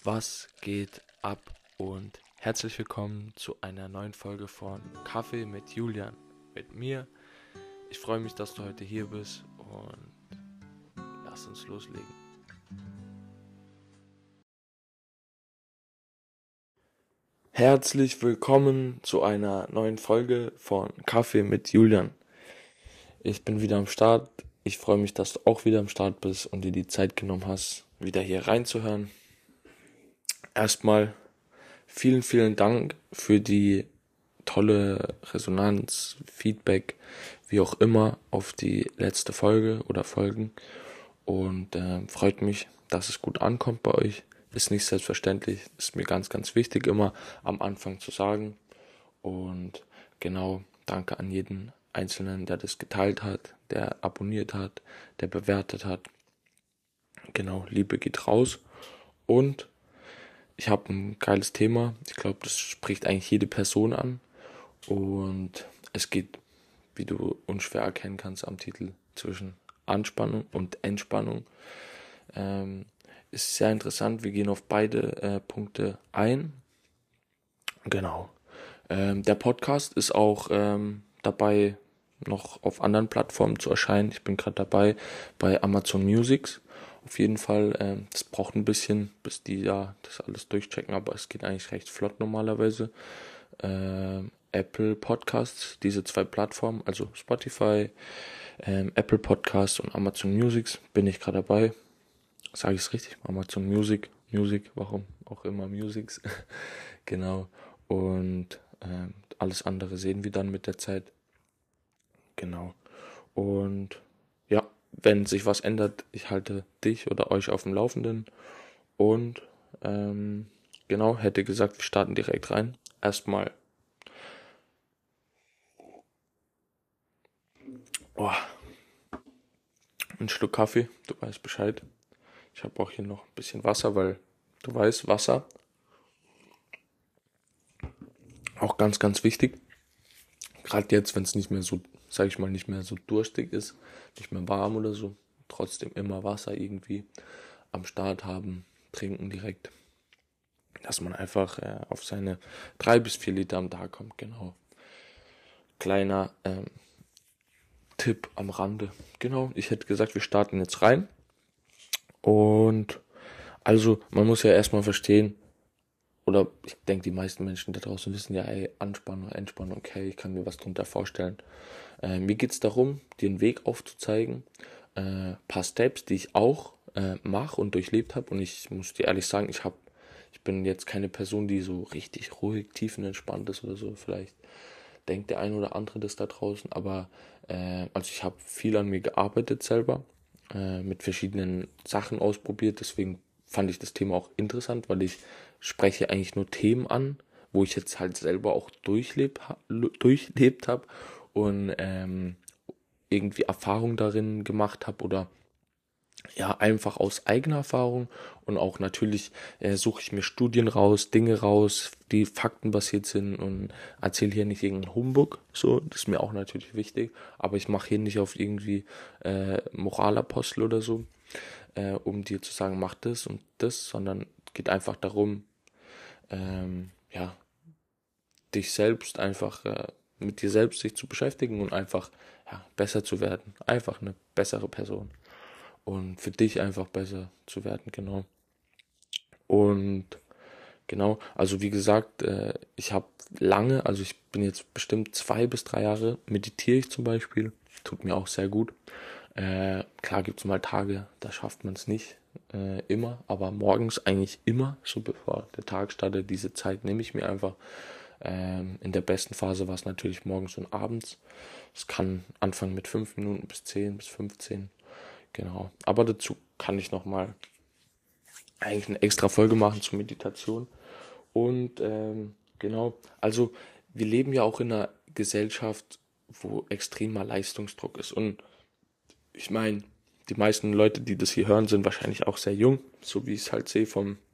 Was geht ab und herzlich willkommen zu einer neuen Folge von Kaffee mit Julian, mit mir. Ich freue mich, dass du heute hier bist und lass uns loslegen. Herzlich willkommen zu einer neuen Folge von Kaffee mit Julian. Ich bin wieder am Start. Ich freue mich, dass du auch wieder am Start bist und dir die Zeit genommen hast, wieder hier reinzuhören. Erstmal vielen Dank für die tolle Resonanz, Feedback, wie auch immer, auf die letzte Folge oder Folgen. Und freut mich, dass es gut ankommt bei euch. Ist nicht selbstverständlich, ist mir ganz wichtig, immer am Anfang zu sagen. Und genau, danke an jeden Einzelnen, der das geteilt hat, der abonniert hat, der bewertet hat. Genau, Liebe geht raus. Und ich habe ein geiles Thema. Ich glaube, das spricht eigentlich jede Person an. Und es geht, wie du unschwer erkennen kannst am Titel, zwischen Anspannung und Entspannung. Ist sehr interessant. Wir gehen auf beide Punkte ein. Genau. Der Podcast ist auch dabei, noch auf anderen Plattformen zu erscheinen. Ich bin gerade dabei bei Amazon Music. Auf jeden Fall, das braucht ein bisschen, bis die da das alles durchchecken, aber es geht eigentlich recht flott normalerweise. Apple Podcasts, diese zwei Plattformen, also Spotify, Apple Podcasts und Amazon Music, bin ich gerade dabei. Sage ich es richtig? Amazon Music, warum auch immer Musics. Genau. Und alles andere sehen wir dann mit der Zeit. Genau. Und ja, wenn sich was ändert, ich halte dich oder euch auf dem Laufenden. Und genau, hätte gesagt, wir starten direkt rein. Erstmal ein Schluck Kaffee, du weißt Bescheid. Ich habe auch hier noch ein bisschen Wasser, weil du weißt, Wasser auch ganz wichtig. Gerade jetzt, wenn es nicht mehr so, sag ich mal, nicht mehr so durstig ist, nicht mehr warm oder so, trotzdem immer Wasser irgendwie am Start haben, trinken direkt, dass man einfach auf seine 3 bis 4 Liter am Tag kommt, genau. Kleiner Tipp am Rande. Genau, ich hätte gesagt, wir starten jetzt rein. Und also, man muss ja erstmal verstehen, oder ich denke, die meisten Menschen da draußen wissen ja, ey, Anspannung, Entspannung, okay, ich kann mir was drunter vorstellen. Mir geht's darum, dir einen Weg aufzuzeigen, paar Steps, die ich auch mache und durchlebt habe. Und ich muss dir ehrlich sagen, ich bin jetzt keine Person, die so richtig ruhig, tiefenentspannt ist oder so. Vielleicht denkt der ein oder andere das da draußen, aber also ich habe viel an mir gearbeitet selber, mit verschiedenen Sachen ausprobiert, deswegen fand ich das Thema auch interessant, weil ich spreche eigentlich nur Themen an, wo ich jetzt halt selber auch durchlebt habe und irgendwie Erfahrung darin gemacht habe oder ja, einfach aus eigener Erfahrung und auch natürlich suche ich mir Studien raus, Dinge raus, die faktenbasiert sind und erzähle hier nicht irgendeinen Humbug, so, das ist mir auch natürlich wichtig, aber ich mache hier nicht auf irgendwie Moralapostel oder so, um dir zu sagen, mach das und das, sondern geht einfach darum, ja, dich selbst einfach mit dir selbst sich zu beschäftigen und einfach ja, besser zu werden, einfach eine bessere Person und für dich einfach besser zu werden, genau. Und genau, also wie gesagt, ich habe lange, also ich bin jetzt bestimmt 2 bis 3 Jahre, meditiere ich zum Beispiel, tut mir auch sehr gut. Klar gibt's mal Tage, da schafft man es nicht immer, aber morgens eigentlich immer, so bevor der Tag startet, diese Zeit nehme ich mir einfach. In der besten Phase war es natürlich morgens und abends. Es kann anfangen mit 5 Minuten bis 10 bis 15. Genau. Aber dazu kann ich nochmal eigentlich eine extra Folge machen zur Meditation. Und genau, also wir leben ja auch in einer Gesellschaft, wo extremer Leistungsdruck ist. Und ich meine, die meisten Leute, die das hier hören, sind wahrscheinlich auch sehr jung, so wie ich es halt sehe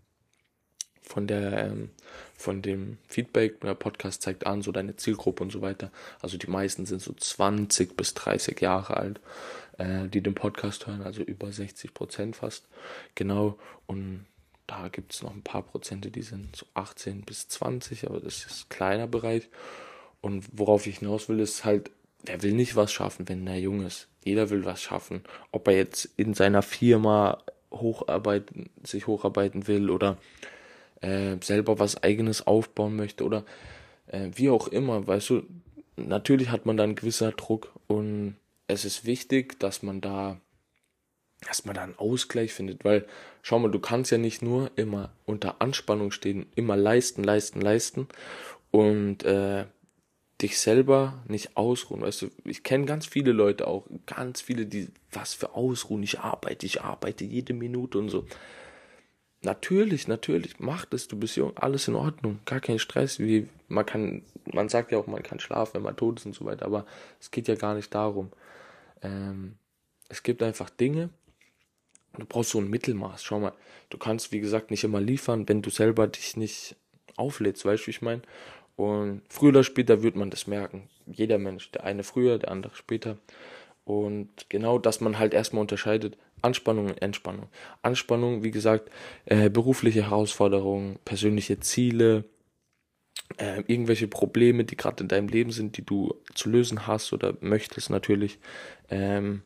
von der, von dem Feedback. Der Podcast zeigt an, so deine Zielgruppe und so weiter. Also die meisten sind so 20 bis 30 Jahre alt, die den Podcast hören, also über 60% fast. Genau. Und Da gibt es noch ein paar Prozente, die sind so 18 bis 20, aber das ist ein kleiner Bereich. Und worauf ich hinaus will, ist halt, wer will nicht was schaffen, wenn er jung ist? Jeder will was schaffen. Ob er jetzt in seiner Firma sich hocharbeiten will oder selber was Eigenes aufbauen möchte oder wie auch immer, weißt du, natürlich hat man da einen gewisser Druck und es ist wichtig, dass man da einen Ausgleich findet, weil, schau mal, du kannst ja nicht nur immer unter Anspannung stehen, immer leisten, leisten, leisten und dich selber nicht ausruhen. Weißt du, ich kenne ganz viele Leute auch, ganz viele, die was für Ausruhen, ich arbeite jede Minute und so. Natürlich, mach das, du bist jung, alles in Ordnung, gar kein Stress, man sagt ja auch, man kann schlafen, wenn man tot ist und so weiter, aber es geht ja gar nicht darum. Ähm, Es gibt einfach Dinge, du brauchst so ein Mittelmaß, schau mal, du kannst, wie gesagt, nicht immer liefern, wenn du selber dich nicht auflädst, weißt du, wie ich meine? Und früher oder später wird man das merken, jeder Mensch, der eine früher, der andere später. Und genau, dass man halt erstmal unterscheidet Anspannung und Entspannung. Anspannung, wie gesagt, berufliche Herausforderungen, persönliche Ziele, irgendwelche Probleme, die gerade in deinem Leben sind, die du zu lösen hast oder möchtest natürlich, ähm,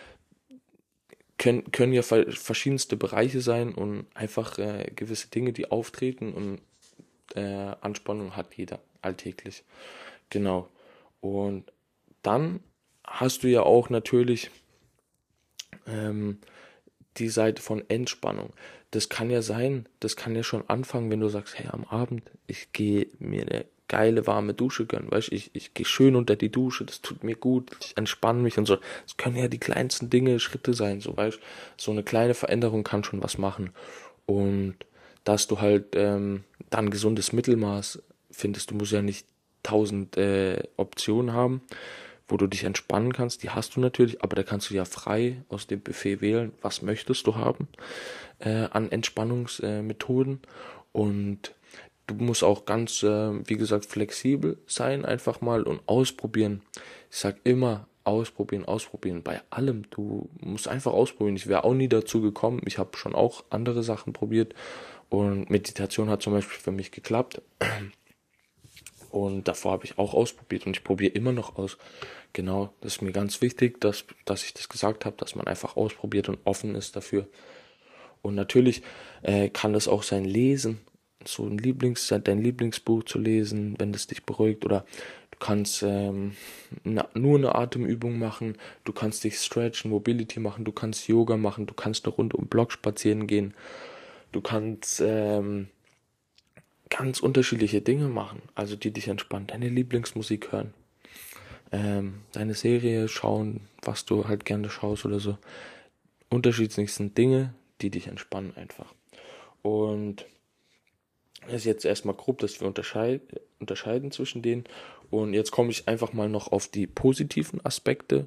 können ja verschiedenste Bereiche sein und einfach gewisse Dinge, die auftreten und Anspannung hat jeder alltäglich. Genau. Und dann hast du ja auch natürlich ähm, die Seite von Entspannung. Das kann ja sein, das kann ja schon anfangen, wenn du sagst, hey, am Abend, ich gehe mir eine geile warme Dusche gönnen, weißt du, ich gehe schön unter die Dusche, das tut mir gut, ich entspanne mich und so. Das können ja die kleinsten Dinge, Schritte sein, so weißt du, so eine kleine Veränderung kann schon was machen. Und dass du halt dann gesundes Mittelmaß findest, du musst ja nicht tausend Optionen haben, wo du dich entspannen kannst, die hast du natürlich, aber da kannst du ja frei aus dem Buffet wählen, was möchtest du haben an Entspannungsmethoden und du musst auch ganz, wie gesagt, flexibel sein einfach mal und ausprobieren. Ich sag immer, ausprobieren, ausprobieren bei allem. Du musst einfach ausprobieren. Ich wäre auch nie dazu gekommen. Ich habe schon auch andere Sachen probiert und Meditation hat zum Beispiel für mich geklappt. Und davor habe ich auch ausprobiert und ich probiere immer noch aus. Genau, das ist mir ganz wichtig, dass ich das gesagt habe, dass man einfach ausprobiert und offen ist dafür. Und natürlich kann das auch sein Lesen, so dein Lieblingsbuch zu lesen, wenn das dich beruhigt. Oder du kannst nur eine Atemübung machen, du kannst dich stretchen, Mobility machen, du kannst Yoga machen, du kannst eine Runde um den Block spazieren gehen, du kannst ganz unterschiedliche Dinge machen, also die dich entspannen, deine Lieblingsmusik hören, deine Serie schauen, was du halt gerne schaust oder so. Unterschiedlichsten Dinge, die dich entspannen einfach. Und das ist jetzt erstmal grob, dass wir unterscheiden zwischen denen. Und jetzt komme ich einfach mal noch auf die positiven Aspekte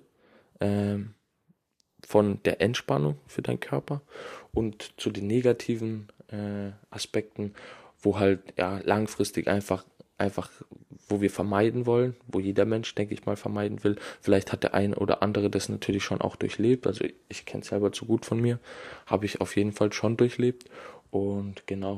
von der Entspannung für deinen Körper und zu den negativen Aspekten, wo halt ja langfristig einfach, wo wir vermeiden wollen, wo jeder Mensch, denke ich mal, vermeiden will. Vielleicht hat der eine oder andere das natürlich schon auch durchlebt. Also ich kenne es selber zu gut von mir, habe ich auf jeden Fall schon durchlebt. Und genau.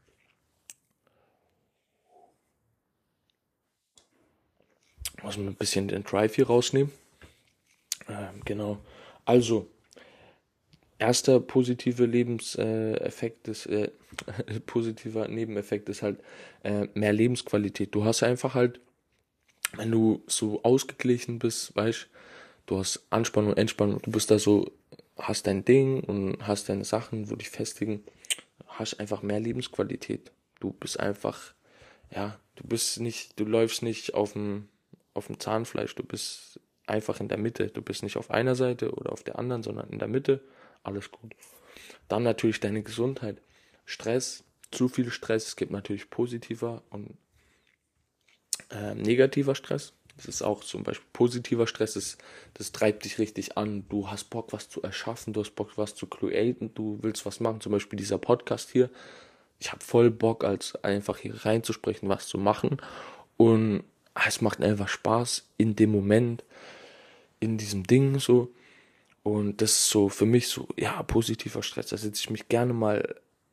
Muss man ein bisschen den Drive hier rausnehmen. Genau. Also, erster positive Lebenseffekt ist, positiver Nebeneffekt ist halt mehr Lebensqualität. Du hast einfach halt, wenn du so ausgeglichen bist, weißt du, hast Anspannung, Entspannung, du bist da so, hast dein Ding und hast deine Sachen, wo dich festigen, hast einfach mehr Lebensqualität. Du bist einfach, ja, du läufst nicht auf dem Zahnfleisch, du bist einfach in der Mitte. Du bist nicht auf einer Seite oder auf der anderen, sondern in der Mitte. Alles gut. Dann natürlich deine Gesundheit. Stress, zu viel Stress. Es gibt natürlich positiver und negativer Stress. Das ist auch zum Beispiel positiver Stress, das treibt dich richtig an. Du hast Bock, was zu erschaffen, du hast Bock, was zu createn, du willst was machen. Zum Beispiel dieser Podcast hier. Ich habe voll Bock, als einfach hier reinzusprechen, was zu machen. Und es macht einfach Spaß in dem Moment, in diesem Ding so. Und das ist so für mich so, ja, positiver Stress. Da setze ich mich gerne mal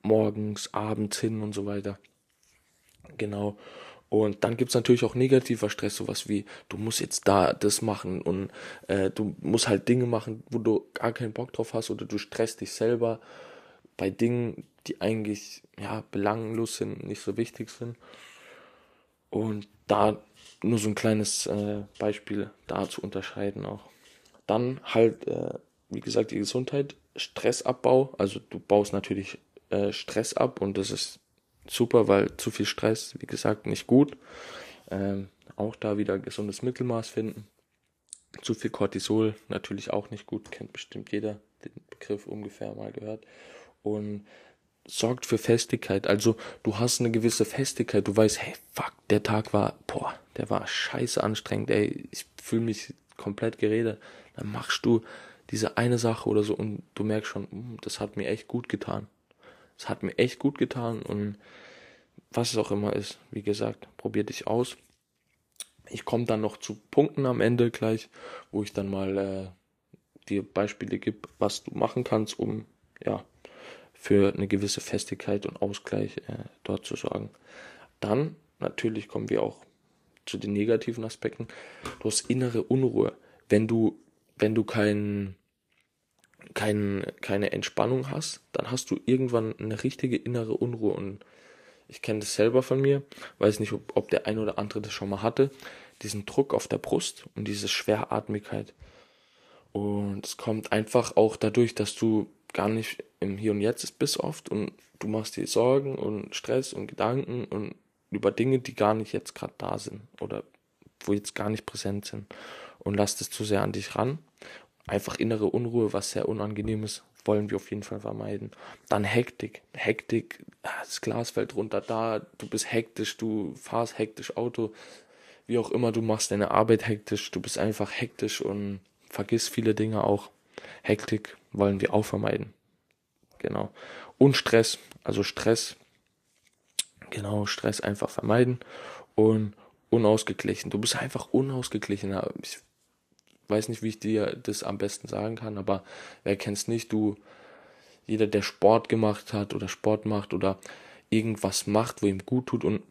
morgens, abends hin und so weiter. Genau. Und dann gibt es natürlich auch negativer Stress, sowas wie, du musst jetzt da das machen und du musst halt Dinge machen, wo du gar keinen Bock drauf hast oder du stresst dich selber bei Dingen, die eigentlich ja belanglos sind, nicht so wichtig sind. Und da nur so ein kleines Beispiel da zu unterscheiden auch. Dann halt, wie gesagt, die Gesundheit, Stressabbau. Also du baust natürlich Stress ab und das ist super, weil zu viel Stress, wie gesagt, nicht gut. Auch da wieder gesundes Mittelmaß finden. Zu viel Cortisol natürlich auch nicht gut, kennt bestimmt jeder den Begriff ungefähr mal gehört. Und sorgt für Festigkeit. Also du hast eine gewisse Festigkeit. Du weißt, hey, fuck, der Tag war, boah, der war scheiße anstrengend, ey, ich fühle mich komplett geredet. Dann machst du diese eine Sache oder so und du merkst schon, das hat mir echt gut getan. Das hat mir echt gut getan und was es auch immer ist, wie gesagt, probier dich aus. Ich komme dann noch zu Punkten am Ende gleich, wo ich dann mal dir Beispiele gebe, was du machen kannst, um ja für eine gewisse Festigkeit und Ausgleich dort zu sorgen. Dann natürlich kommen wir auch zu den negativen Aspekten. Du hast innere Unruhe. Wenn du keine Entspannung hast, dann hast du irgendwann eine richtige innere Unruhe. Und ich kenne das selber von mir, weiß nicht, ob der ein oder andere das schon mal hatte, diesen Druck auf der Brust und diese Schweratmigkeit. Und es kommt einfach auch dadurch, dass du gar nicht im Hier und Jetzt bist oft und du machst dir Sorgen und Stress und Gedanken und über Dinge, die gar nicht jetzt gerade da sind oder wo jetzt gar nicht präsent sind und lass das zu sehr an dich ran. Einfach innere Unruhe, was sehr unangenehm ist, wollen wir auf jeden Fall vermeiden. Dann Hektik. Hektik, das Glas fällt runter da, du bist hektisch, du fahrst hektisch Auto, wie auch immer, du machst deine Arbeit hektisch, du bist einfach hektisch und vergiss viele Dinge auch. Hektik wollen wir auch vermeiden. Genau. Und Stress, also Stress, genau, Stress einfach vermeiden und unausgeglichen. Du bist einfach unausgeglichen. Ich weiß nicht, wie ich dir das am besten sagen kann, aber wer kennt's nicht, jeder, der Sport gemacht hat oder Sport macht oder irgendwas macht, wo ihm gut tut und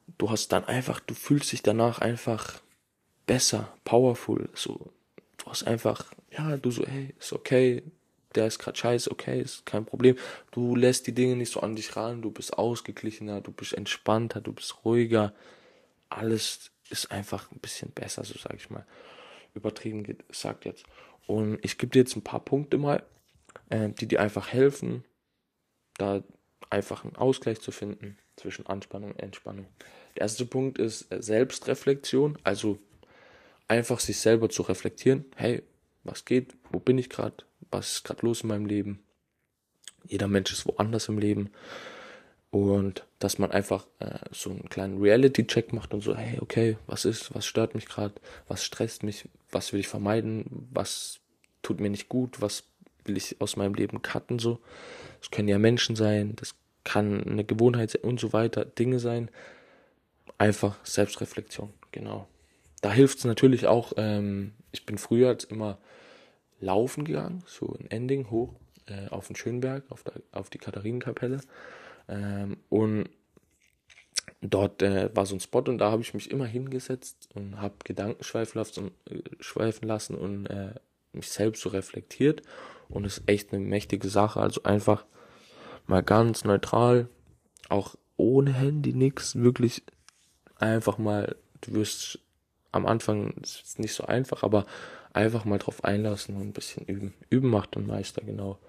du fühlst dich danach einfach besser, powerful, so, du hast einfach, ja, du so, hey, ist okay, der ist grad scheiße, okay, ist kein Problem. Du lässt die Dinge nicht so an dich ran, du bist ausgeglichener, du bist entspannter, du bist ruhiger. Alles ist einfach ein bisschen besser, so sage ich mal. Übertrieben gesagt jetzt. Und ich gebe dir jetzt ein paar Punkte mal, die dir einfach helfen, da einfach einen Ausgleich zu finden zwischen Anspannung und Entspannung. Der erste Punkt ist Selbstreflexion, also einfach sich selber zu reflektieren. Hey, was geht? Wo bin ich gerade? Was ist gerade los in meinem Leben? Jeder Mensch ist woanders im Leben. Und dass man einfach so einen kleinen Reality-Check macht und so, hey, okay, was stört mich gerade? Was stresst mich? Was will ich vermeiden? Was tut mir nicht gut? Was will ich aus meinem Leben cutten? So. Das können ja Menschen sein, das kann eine Gewohnheit sein und so weiter, Dinge sein. Einfach Selbstreflexion, genau. Da hilft es natürlich auch, ich bin früher jetzt immer laufen gegangen, so in Ending hoch, auf den Schönberg, auf die Katharinenkapelle. Und dort war so ein Spot und da habe ich mich immer hingesetzt und habe Gedanken schweifen lassen und mich selbst so reflektiert. Und es ist echt eine mächtige Sache. Also einfach mal ganz neutral, auch ohne Handy, nix, wirklich einfach mal, du wirst am Anfang, es ist nicht so einfach, aber einfach mal drauf einlassen und ein bisschen üben. Üben macht den Meister, genau.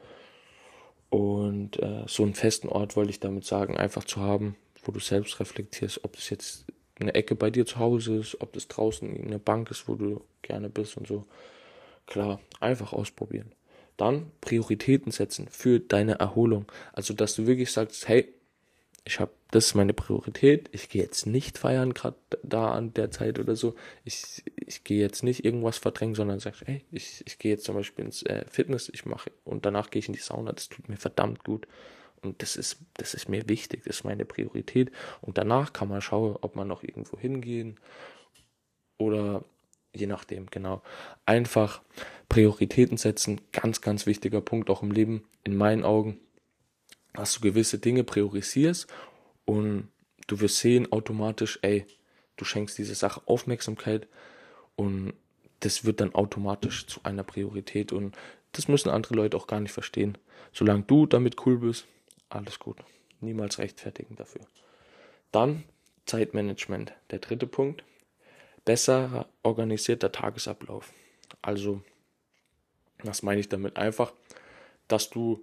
Und so einen festen Ort wollte ich damit sagen, einfach zu haben, wo du selbst reflektierst, ob das jetzt eine Ecke bei dir zu Hause ist, ob das draußen eine Bank ist, wo du gerne bist und so. Klar, einfach ausprobieren. Dann Prioritäten setzen für deine Erholung. Also, dass du wirklich sagst, hey, das ist meine Priorität. Ich gehe jetzt nicht feiern, gerade da an der Zeit oder so. Ich gehe jetzt nicht irgendwas verdrängen, sondern sag, hey, ich gehe jetzt zum Beispiel ins Fitness, ich mache und danach gehe ich in die Sauna. Das tut mir verdammt gut. Und das ist mir wichtig, das ist meine Priorität. Und danach kann man schauen, ob man noch irgendwo hingehen oder je nachdem, genau. Einfach Prioritäten setzen, ganz, ganz wichtiger Punkt auch im Leben, in meinen Augen. dass du gewisse Dinge priorisierst und du wirst sehen automatisch, du schenkst dieser Sache Aufmerksamkeit und das wird dann automatisch zu einer Priorität und das müssen andere Leute auch gar nicht verstehen. Solange du damit cool bist, alles gut. Niemals rechtfertigen dafür. Dann Zeitmanagement. Der dritte Punkt. Besser organisierter Tagesablauf. Also, was meine ich damit? Einfach, dass du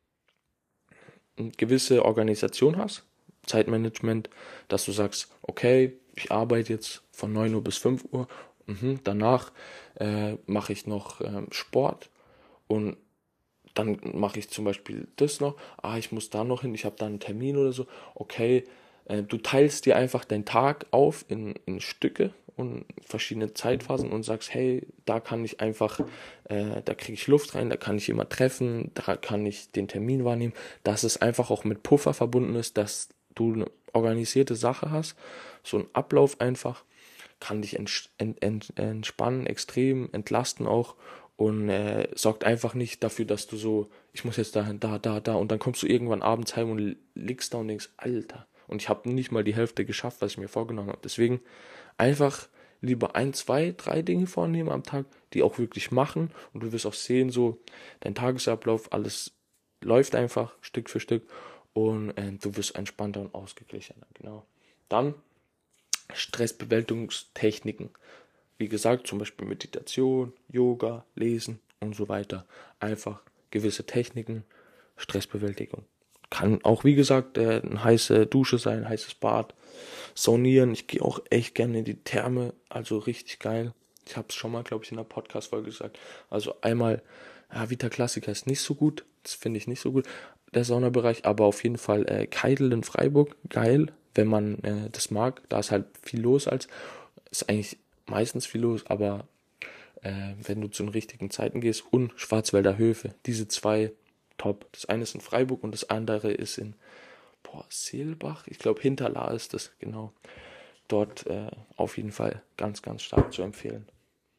eine gewisse Organisation hast, Zeitmanagement, dass du sagst, okay, ich arbeite jetzt von 9 Uhr bis 5 Uhr, danach mache ich noch Sport und dann mache ich zum Beispiel das noch, ich muss da noch hin, ich habe da einen Termin oder so, okay, du teilst dir einfach deinen Tag auf in Stücke und verschiedene Zeitphasen und sagst, hey, da kann ich einfach, da kriege ich Luft rein, da kann ich jemand treffen, da kann ich den Termin wahrnehmen, dass es einfach auch mit Puffer verbunden ist, dass du eine organisierte Sache hast, so ein Ablauf einfach, kann dich entspannen, extrem entlasten auch und sorgt einfach nicht dafür, dass du so, ich muss jetzt dahin, da und dann kommst du irgendwann abends heim und liegst da und denkst, Alter, und ich habe nicht mal die Hälfte geschafft, was ich mir vorgenommen habe. Deswegen einfach lieber 1, 2, 3 Dinge vornehmen am Tag, die auch wirklich machen und du wirst auch sehen, so dein Tagesablauf, alles läuft einfach Stück für Stück und du wirst entspannter und ausgeglichener, genau. Dann Stressbewältigungstechniken. Wie gesagt, zum Beispiel Meditation, Yoga, Lesen und so weiter. Einfach gewisse Techniken, Stressbewältigung. Kann auch, wie gesagt, eine heiße Dusche sein, ein heißes Bad, saunieren. Ich gehe auch echt gerne in die Therme, also richtig geil. Ich habe es schon mal, glaube ich, in einer Podcast-Folge gesagt. Also einmal, Vita Classica ist nicht so gut, das finde ich nicht so gut, der Saunabereich, aber auf jeden Fall Keidel in Freiburg, geil, wenn man das mag. Da ist halt viel los ist eigentlich meistens viel los, aber wenn du zu den richtigen Zeiten gehst und Schwarzwälder Höfe, diese zwei top. Das eine ist in Freiburg und das andere ist in Seelbach, ich glaube Hinterla ist das, genau. Dort auf jeden Fall ganz, ganz stark zu empfehlen.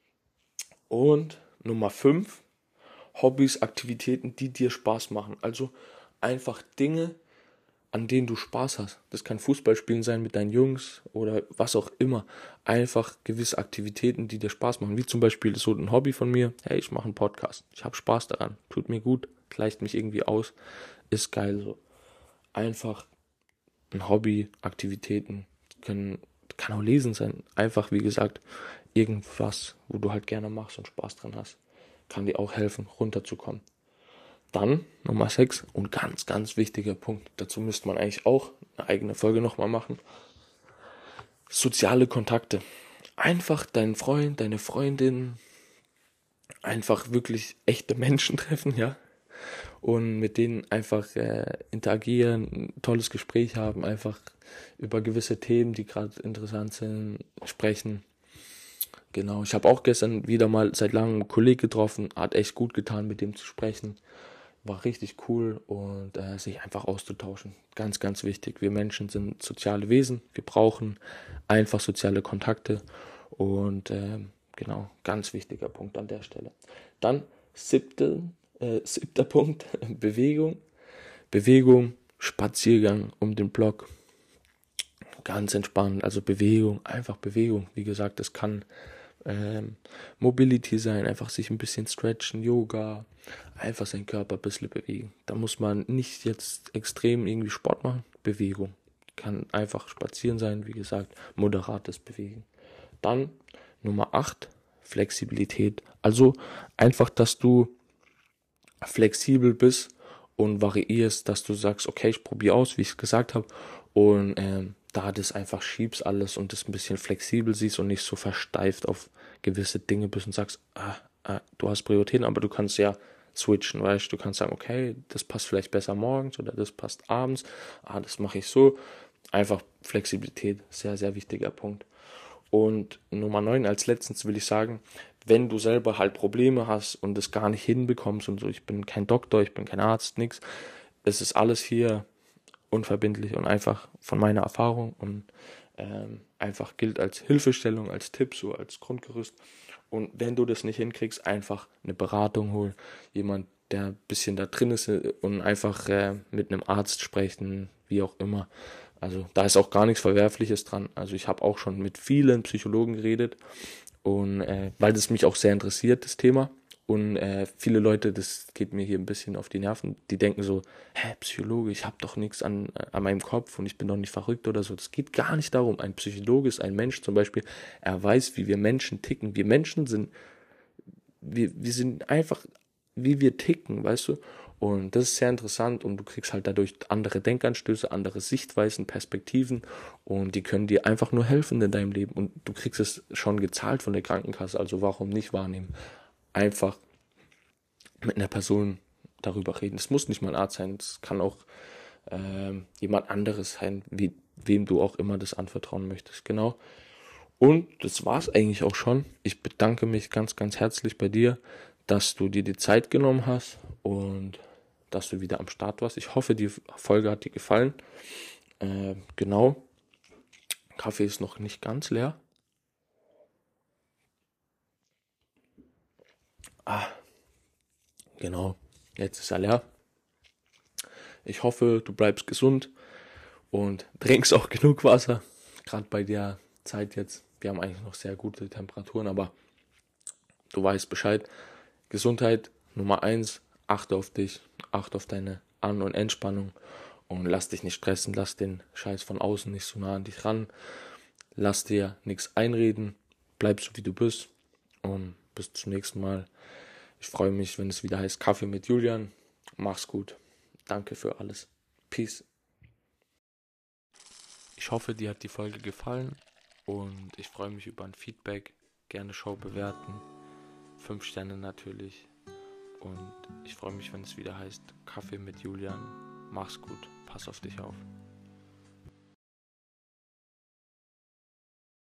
Und Nummer 5, Hobbys, Aktivitäten, die dir Spaß machen. Also einfach Dinge, an denen du Spaß hast. Das kann Fußballspielen sein mit deinen Jungs oder was auch immer. Einfach gewisse Aktivitäten, die dir Spaß machen. Wie zum Beispiel so ein Hobby von mir. Hey, ich mache einen Podcast. Ich habe Spaß daran. Tut mir gut. Gleicht mich irgendwie aus. Ist geil so. Einfach ein Hobby, Aktivitäten. Kann auch Lesen sein. Einfach, wie gesagt, irgendwas, wo du halt gerne machst und Spaß dran hast. Kann dir auch helfen, runterzukommen. Dann Nummer 6 und ganz, ganz wichtiger Punkt. Dazu müsste man eigentlich auch eine eigene Folge nochmal machen. Soziale Kontakte. Einfach deinen Freund, deine Freundin, einfach wirklich echte Menschen treffen, ja. Und mit denen einfach interagieren, ein tolles Gespräch haben, einfach über gewisse Themen, die gerade interessant sind, sprechen. Genau, ich habe auch gestern wieder mal seit langem einen Kollegen getroffen, hat echt gut getan, mit dem zu sprechen. War richtig cool und sich einfach auszutauschen. Ganz, ganz wichtig. Wir Menschen sind soziale Wesen. Wir brauchen einfach soziale Kontakte und genau, ganz wichtiger Punkt an der Stelle. Dann siebter Punkt, Bewegung. Bewegung, Spaziergang um den Block. Ganz entspannt, also Bewegung, einfach Bewegung. Wie gesagt, das kann Mobility sein, einfach sich ein bisschen stretchen, Yoga, einfach seinen Körper ein bisschen bewegen. Da muss man nicht jetzt extrem irgendwie Sport machen, Bewegung. Kann einfach spazieren sein, wie gesagt, moderates Bewegen. Dann Nummer 8, Flexibilität. Also einfach, dass du flexibel bist und variierst, dass du sagst, okay, ich probiere aus, wie ich es gesagt habe, und da das einfach schiebst alles und das ein bisschen flexibel siehst und nicht so versteift auf gewisse Dinge bist und sagst, du hast Prioritäten, aber du kannst ja switchen, weißt du, kannst sagen, okay, das passt vielleicht besser morgens oder das passt abends, das mache ich so. Einfach Flexibilität, sehr, sehr wichtiger Punkt. Und Nummer 9 als letztens will ich sagen, wenn du selber halt Probleme hast und es gar nicht hinbekommst und so, ich bin kein Doktor, ich bin kein Arzt, nix, es ist alles hier unverbindlich und einfach von meiner Erfahrung und einfach gilt als Hilfestellung, als Tipp, so als Grundgerüst. Und wenn du das nicht hinkriegst, einfach eine Beratung holen, jemand, der ein bisschen da drin ist und einfach mit einem Arzt sprechen, wie auch immer. Also da ist auch gar nichts Verwerfliches dran. Also ich habe auch schon mit vielen Psychologen geredet und weil das mich auch sehr interessiert, das Thema. Und viele Leute, das geht mir hier ein bisschen auf die Nerven, die denken so, hä, Psychologe, ich habe doch nichts an meinem Kopf und ich bin doch nicht verrückt oder so. Das geht gar nicht darum. Ein Psychologe ist ein Mensch zum Beispiel, er weiß, wie wir Menschen ticken. Wir Menschen sind, wir sind einfach, wie wir ticken, weißt du? Und das ist sehr interessant und du kriegst halt dadurch andere Denkanstöße, andere Sichtweisen, Perspektiven und die können dir einfach nur helfen in deinem Leben und du kriegst es schon gezahlt von der Krankenkasse, also warum nicht wahrnehmen? Einfach mit einer Person darüber reden. Es muss nicht mal ein Arzt sein, es kann auch jemand anderes sein, wem du auch immer das anvertrauen möchtest. Genau. Und das war's eigentlich auch schon. Ich bedanke mich ganz, ganz herzlich bei dir, dass du dir die Zeit genommen hast und dass du wieder am Start warst. Ich hoffe, die Folge hat dir gefallen. Genau. Kaffee ist noch nicht ganz leer. Genau. Jetzt ist er leer. Ich hoffe, du bleibst gesund und trinkst auch genug Wasser. Gerade bei der Zeit jetzt. Wir haben eigentlich noch sehr gute Temperaturen, aber du weißt Bescheid. Gesundheit Nummer eins. Achte auf dich, achte auf deine An- und Entspannung und lass dich nicht stressen, lass den Scheiß von außen nicht so nah an dich ran. Lass dir nichts einreden, bleib so wie du bist und bis zum nächsten Mal. Ich freue mich, wenn es wieder heißt Kaffee mit Julian. Mach's gut. Danke für alles. Peace. Ich hoffe, dir hat die Folge gefallen und ich freue mich über ein Feedback. Gerne Show bewerten. 5 Sterne natürlich. Und ich freue mich, wenn es wieder heißt Kaffee mit Julian. Mach's gut. Pass auf dich auf.